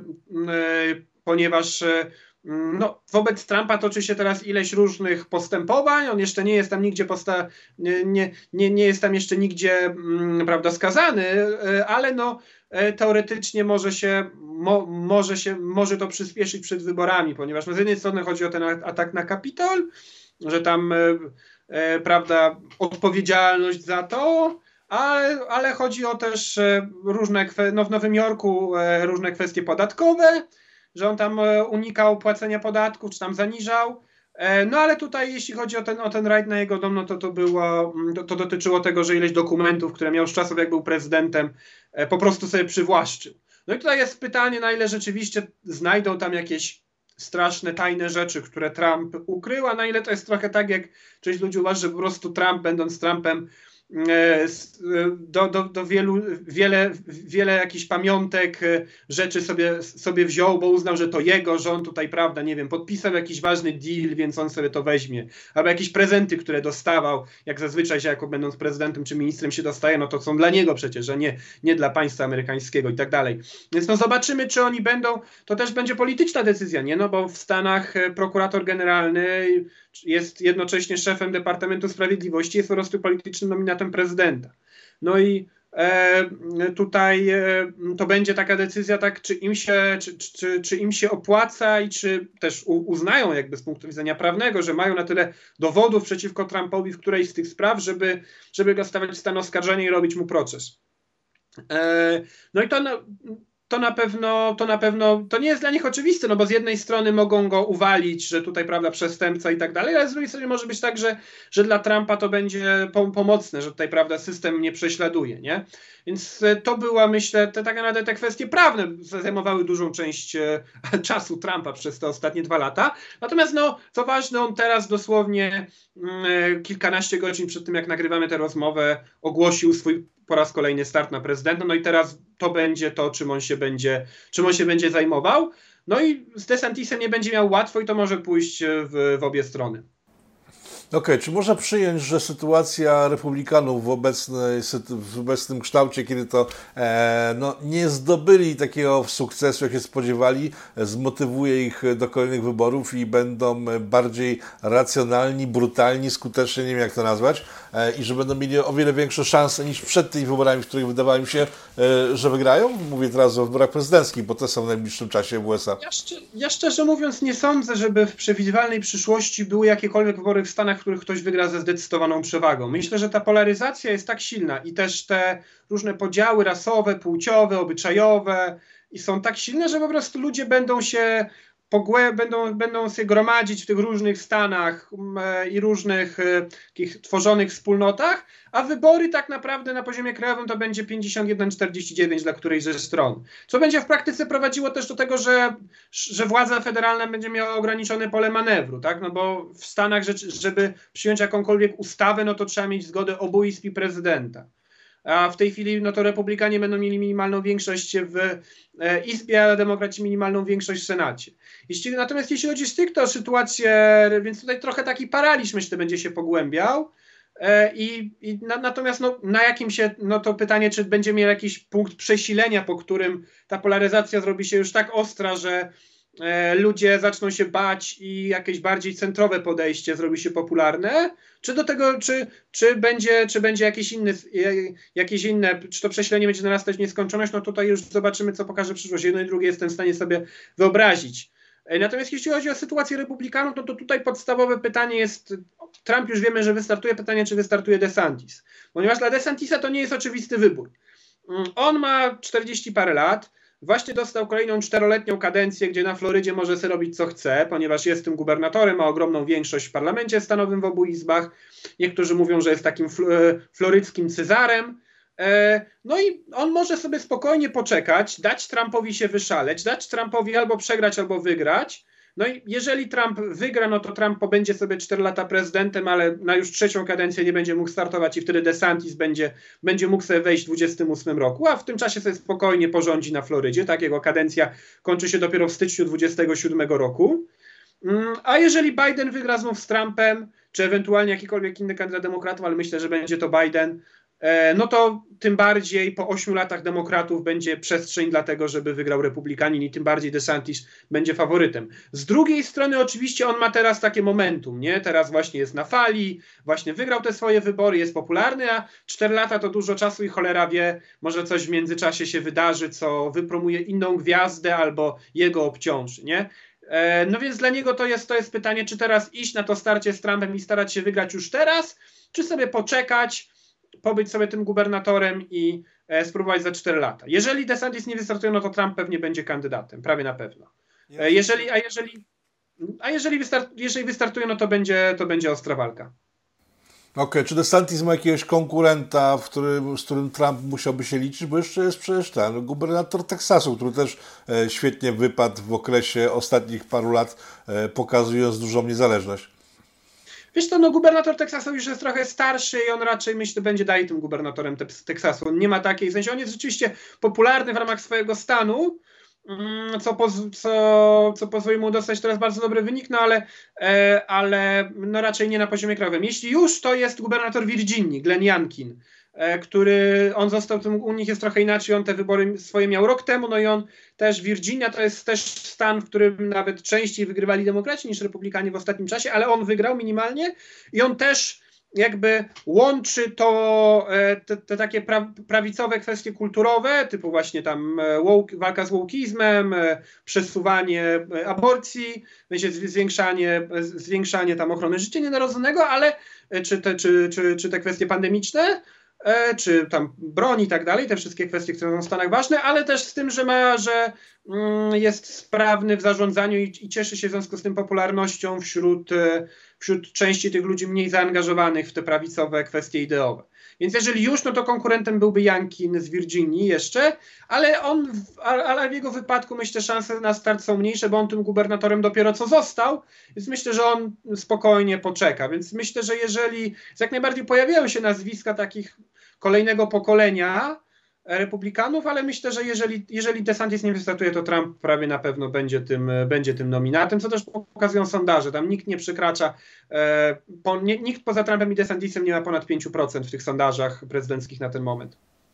ponieważ no, wobec Trumpa toczy się teraz ileś różnych postępowań, on jeszcze nie jest tam nigdzie posta- nie, nie, nie jest tam jeszcze nigdzie m, prawda, skazany, ale no, teoretycznie może się, mo, może się może to przyspieszyć przed wyborami, ponieważ no, z jednej strony chodzi o ten atak na Kapitol, że tam e, prawda, odpowiedzialność za to, ale, ale chodzi o też różne, no w Nowym Jorku różne kwestie podatkowe, że on tam unikał płacenia podatków, czy tam zaniżał. No ale tutaj jeśli chodzi o ten, o ten rajd na jego dom, no to to było, to, to dotyczyło tego, że ileś dokumentów, które miał z czasów, jak był prezydentem, po prostu sobie przywłaszczył. No i tutaj jest pytanie, na ile rzeczywiście znajdą tam jakieś straszne, tajne rzeczy, które Trump ukrył, a na ile to jest trochę tak, jak część ludzi uważa, że po prostu Trump, będąc Trumpem, do, do, do wielu, wiele, wiele jakichś pamiątek, rzeczy sobie, sobie wziął, bo uznał, że to jego, że on tutaj, prawda, nie wiem, podpisał jakiś ważny deal, więc on sobie to weźmie. Albo jakieś prezenty, które dostawał, jak zazwyczaj się jako będąc prezydentem czy ministrem się dostaje, no to są dla niego przecież, a nie, nie dla państwa amerykańskiego i tak dalej. Więc no zobaczymy, czy oni będą, to też będzie polityczna decyzja, nie? No bo w Stanach prokurator generalny jest jednocześnie szefem Departamentu Sprawiedliwości, jest po prostu politycznym nominatem prezydenta. No i e, tutaj e, to będzie taka decyzja, tak, czy im się, czy, czy, czy im się opłaca i czy też u, uznają jakby z punktu widzenia prawnego, że mają na tyle dowodów przeciwko Trumpowi w którejś z tych spraw, żeby, żeby go stawiać w stan oskarżenia i robić mu proces. E, no i to no, To na pewno, to na pewno, to nie jest dla nich oczywiste, no bo z jednej strony mogą go uwalić, że tutaj, prawda, przestępca i tak dalej, ale z drugiej strony może być tak, że, że dla Trumpa to będzie pomocne, że tutaj, prawda, system nie prześladuje, nie? Więc to była, myślę, te, tak naprawdę te kwestie prawne zajmowały dużą część e, czasu Trumpa przez te ostatnie dwa lata. Natomiast, no, co ważne, on teraz dosłownie mm, kilkanaście godzin przed tym, jak nagrywamy tę rozmowę, ogłosił swój po raz kolejny start na prezydenta, no i teraz to będzie to, czym on się będzie, czym on się będzie zajmował. No i z DeSantisem nie będzie miał łatwo i to może pójść w, w obie strony. Okej, okay, czy można przyjąć, że sytuacja republikanów w, obecnej, w obecnym kształcie, kiedy to e, no, nie zdobyli takiego sukcesu, jak się spodziewali, zmotywuje ich do kolejnych wyborów i będą bardziej racjonalni, brutalni, skuteczni, nie wiem jak to nazwać, e, i że będą mieli o wiele większe szanse niż przed tymi wyborami, w których wydawało mi się, e, że wygrają? Mówię teraz o wyborach prezydenckich, bo te są w najbliższym czasie w U S A. Ja, szczer- ja szczerze mówiąc nie sądzę, żeby w przewidywalnej przyszłości były jakiekolwiek wybory w Stanach, w których ktoś wygra ze zdecydowaną przewagą. Myślę, że ta polaryzacja jest tak silna i też te różne podziały rasowe, płciowe, obyczajowe i są tak silne, że po prostu ludzie będą się pogłę będą, będą się gromadzić w tych różnych stanach i różnych takich tworzonych wspólnotach, a wybory tak naprawdę na poziomie krajowym to będzie pięćdziesiąt jeden czterdzieści dziewięć dla którejś ze stron. Co będzie w praktyce prowadziło też do tego, że, że władza federalna będzie miała ograniczone pole manewru, tak? No bo w Stanach, żeby przyjąć jakąkolwiek ustawę, no to trzeba mieć zgodę obu izb i prezydenta. A w tej chwili no to republikanie będą mieli minimalną większość w e, Izbie, a demokraci minimalną większość w Senacie. Jeśli, natomiast jeśli chodzi stricte o sytuację, więc tutaj trochę taki paraliż, myślę, będzie się pogłębiał. E, i, i na, natomiast no, na jakim się, no to pytanie, czy będzie miał jakiś punkt przesilenia, po którym ta polaryzacja zrobi się już tak ostra, że ludzie zaczną się bać i jakieś bardziej centrowe podejście zrobi się popularne, czy do tego, czy, czy, będzie, czy będzie jakieś inne, jakieś inne, czy to przesilenie będzie narastać w nieskończoność, no tutaj już zobaczymy, co pokaże przyszłość. Jedno i drugie jestem w stanie sobie wyobrazić. Natomiast jeśli chodzi o sytuację republikanów, no to tutaj podstawowe pytanie jest, Trump już wiemy, że wystartuje, pytanie, czy wystartuje DeSantis. Ponieważ dla DeSantisa to nie jest oczywisty wybór. On ma czterdzieści parę lat, właśnie dostał kolejną czteroletnią kadencję, gdzie na Florydzie może sobie robić co chce, ponieważ jest tym gubernatorem, ma ogromną większość w parlamencie stanowym w obu izbach. Niektórzy mówią, że jest takim fl- floryckim Cezarem. No i on może sobie spokojnie poczekać, dać Trumpowi się wyszaleć, dać Trumpowi albo przegrać, albo wygrać. No i jeżeli Trump wygra, no to Trump pobędzie sobie cztery lata prezydentem, ale na już trzecią kadencję nie będzie mógł startować i wtedy DeSantis będzie, będzie mógł sobie wejść w dwudziestym ósmym roku, a w tym czasie sobie spokojnie porządzi na Florydzie. Tak, jego kadencja kończy się dopiero w styczniu dwudziestego siódmego roku. A jeżeli Biden wygra znów z Trumpem, czy ewentualnie jakikolwiek inny kandydat demokratów, ale myślę, że będzie to Biden, no to tym bardziej po ośmiu latach demokratów będzie przestrzeń dla tego, żeby wygrał republikanin i tym bardziej DeSantis będzie faworytem. Z drugiej strony oczywiście on ma teraz takie momentum, nie? Teraz właśnie jest na fali, właśnie wygrał te swoje wybory, jest popularny, a cztery lata to dużo czasu i cholera wie, może coś w międzyczasie się wydarzy, co wypromuje inną gwiazdę albo jego obciąży, nie? No więc dla niego to jest, to jest pytanie, czy teraz iść na to starcie z Trumpem i starać się wygrać już teraz, czy sobie poczekać, pobyć sobie tym gubernatorem i e, spróbować za cztery lata. Jeżeli DeSantis nie wystartuje, no to Trump pewnie będzie kandydatem, prawie na pewno. E, jeżeli, a jeżeli, a jeżeli, wystart, jeżeli wystartuje, no to będzie, to będzie ostra walka. Okej, okay. Czy DeSantis ma jakiegoś konkurenta, w którym, z którym Trump musiałby się liczyć? Bo jeszcze jest przecież ten gubernator Teksasu, który też e, świetnie wypadł w okresie ostatnich paru lat, e, pokazując dużą niezależność. Wiesz co, no gubernator Teksasu już jest trochę starszy i on raczej, myślę, będzie dalej tym gubernatorem te Teksasu. On nie ma takiej, w sensie on jest rzeczywiście popularny w ramach swojego stanu, co, poz, co, co pozwoli mu dostać teraz bardzo dobry wynik, no ale, e, ale no raczej nie na poziomie krajowym. Jeśli już, to jest gubernator Virginii, Glenn Youngkin, e, który, on został, tym, u nich jest trochę inaczej, on te wybory swoje miał rok temu, no i on też, Virginia to jest też stan, w którym nawet częściej wygrywali demokraci niż republikanie w ostatnim czasie, ale on wygrał minimalnie i on też jakby łączy to, te, te takie pra, prawicowe kwestie kulturowe, typu właśnie tam woke, walka z wokeizmem, przesuwanie aborcji, zwiększanie, zwiększanie tam ochrony życia nienarodzonego, ale czy te, czy, czy, czy te kwestie pandemiczne, czy tam broń i tak dalej, te wszystkie kwestie, które są w Stanach ważne, ale też z tym, że ma, że jest sprawny w zarządzaniu i, i cieszy się w związku z tym popularnością wśród, wśród części tych ludzi mniej zaangażowanych w te prawicowe kwestie ideowe. Więc jeżeli już, no to konkurentem byłby Youngkin z Virginii jeszcze, ale on, ale w jego wypadku myślę, szanse na start są mniejsze, bo on tym gubernatorem dopiero co został, więc myślę, że on spokojnie poczeka. Więc myślę, że jeżeli jak najbardziej pojawiają się nazwiska takich kolejnego pokolenia republikanów, ale myślę, że jeżeli, jeżeli DeSantis nie wystartuje, to Trump prawie na pewno będzie tym, będzie tym nominatem, co też pokazują sondaże. Tam nikt nie przekracza, e, po, nie, nikt poza Trumpem i DeSantisem nie ma ponad pięć procent w tych sondażach prezydenckich na ten moment.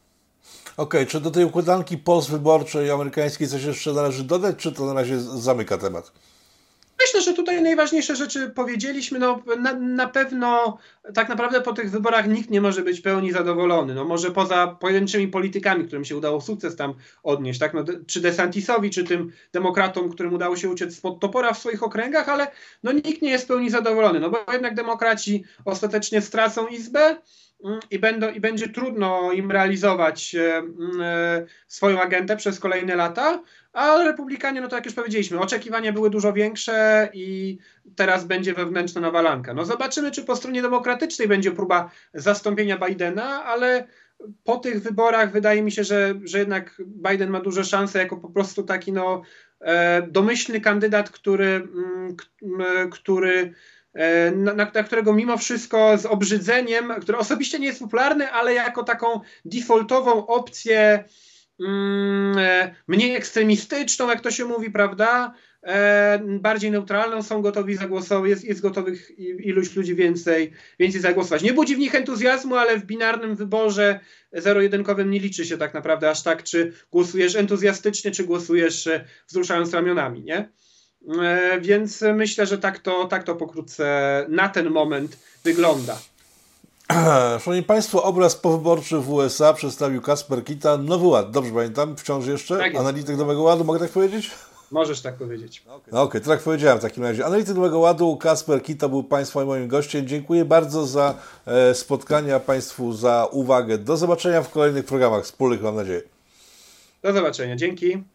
Okej, okay, czy do tej układanki postwyborczej amerykańskiej coś jeszcze należy dodać, czy to na razie zamyka temat? Myślę, że tutaj najważniejsze rzeczy powiedzieliśmy. No, na, na pewno tak naprawdę po tych wyborach nikt nie może być w pełni zadowolony. No, może poza pojedynczymi politykami, którym się udało sukces tam odnieść, tak? No, czy DeSantisowi, czy tym demokratom, którym udało się uciec spod topora w swoich okręgach, ale no, nikt nie jest w pełni zadowolony, no bo jednak demokraci ostatecznie stracą izbę, i, będą, i będzie trudno im realizować swoją agendę przez kolejne lata, a Republikanie, no to jak już powiedzieliśmy, oczekiwania były dużo większe i teraz będzie wewnętrzna nawalanka. No zobaczymy, czy po stronie demokratycznej będzie próba zastąpienia Bidena, ale po tych wyborach wydaje mi się, że, że jednak Biden ma duże szanse jako po prostu taki no, domyślny kandydat, który, który Na, na, na którego mimo wszystko z obrzydzeniem, który osobiście nie jest popularny, ale jako taką defaultową opcję mm, mniej ekstremistyczną, jak to się mówi, prawda, e, bardziej neutralną, są gotowi zagłosować, jest, jest gotowych iluś ludzi więcej, więcej zagłosować. Nie budzi w nich entuzjazmu, ale w binarnym wyborze zero-jedynkowym nie liczy się tak naprawdę aż tak, czy głosujesz entuzjastycznie, czy głosujesz wzruszając ramionami, nie? Więc myślę, że tak to, tak to pokrótce na ten moment wygląda. Szanowni Państwo, obraz powyborczy w U S A przedstawił Kasper Kita. Nowy Ład, dobrze pamiętam, wciąż jeszcze? Tak Analityk Nowego Ładu, mogę tak powiedzieć? Możesz tak powiedzieć. Okej, okay. okay, to tak powiedziałem w takim razie. Analityk Nowego Ładu, Kasper Kita był Państwa i moim gościem. Dziękuję bardzo za e, spotkanie, a Państwu za uwagę. Do zobaczenia w kolejnych programach wspólnych, mam nadzieję. Do zobaczenia, dzięki.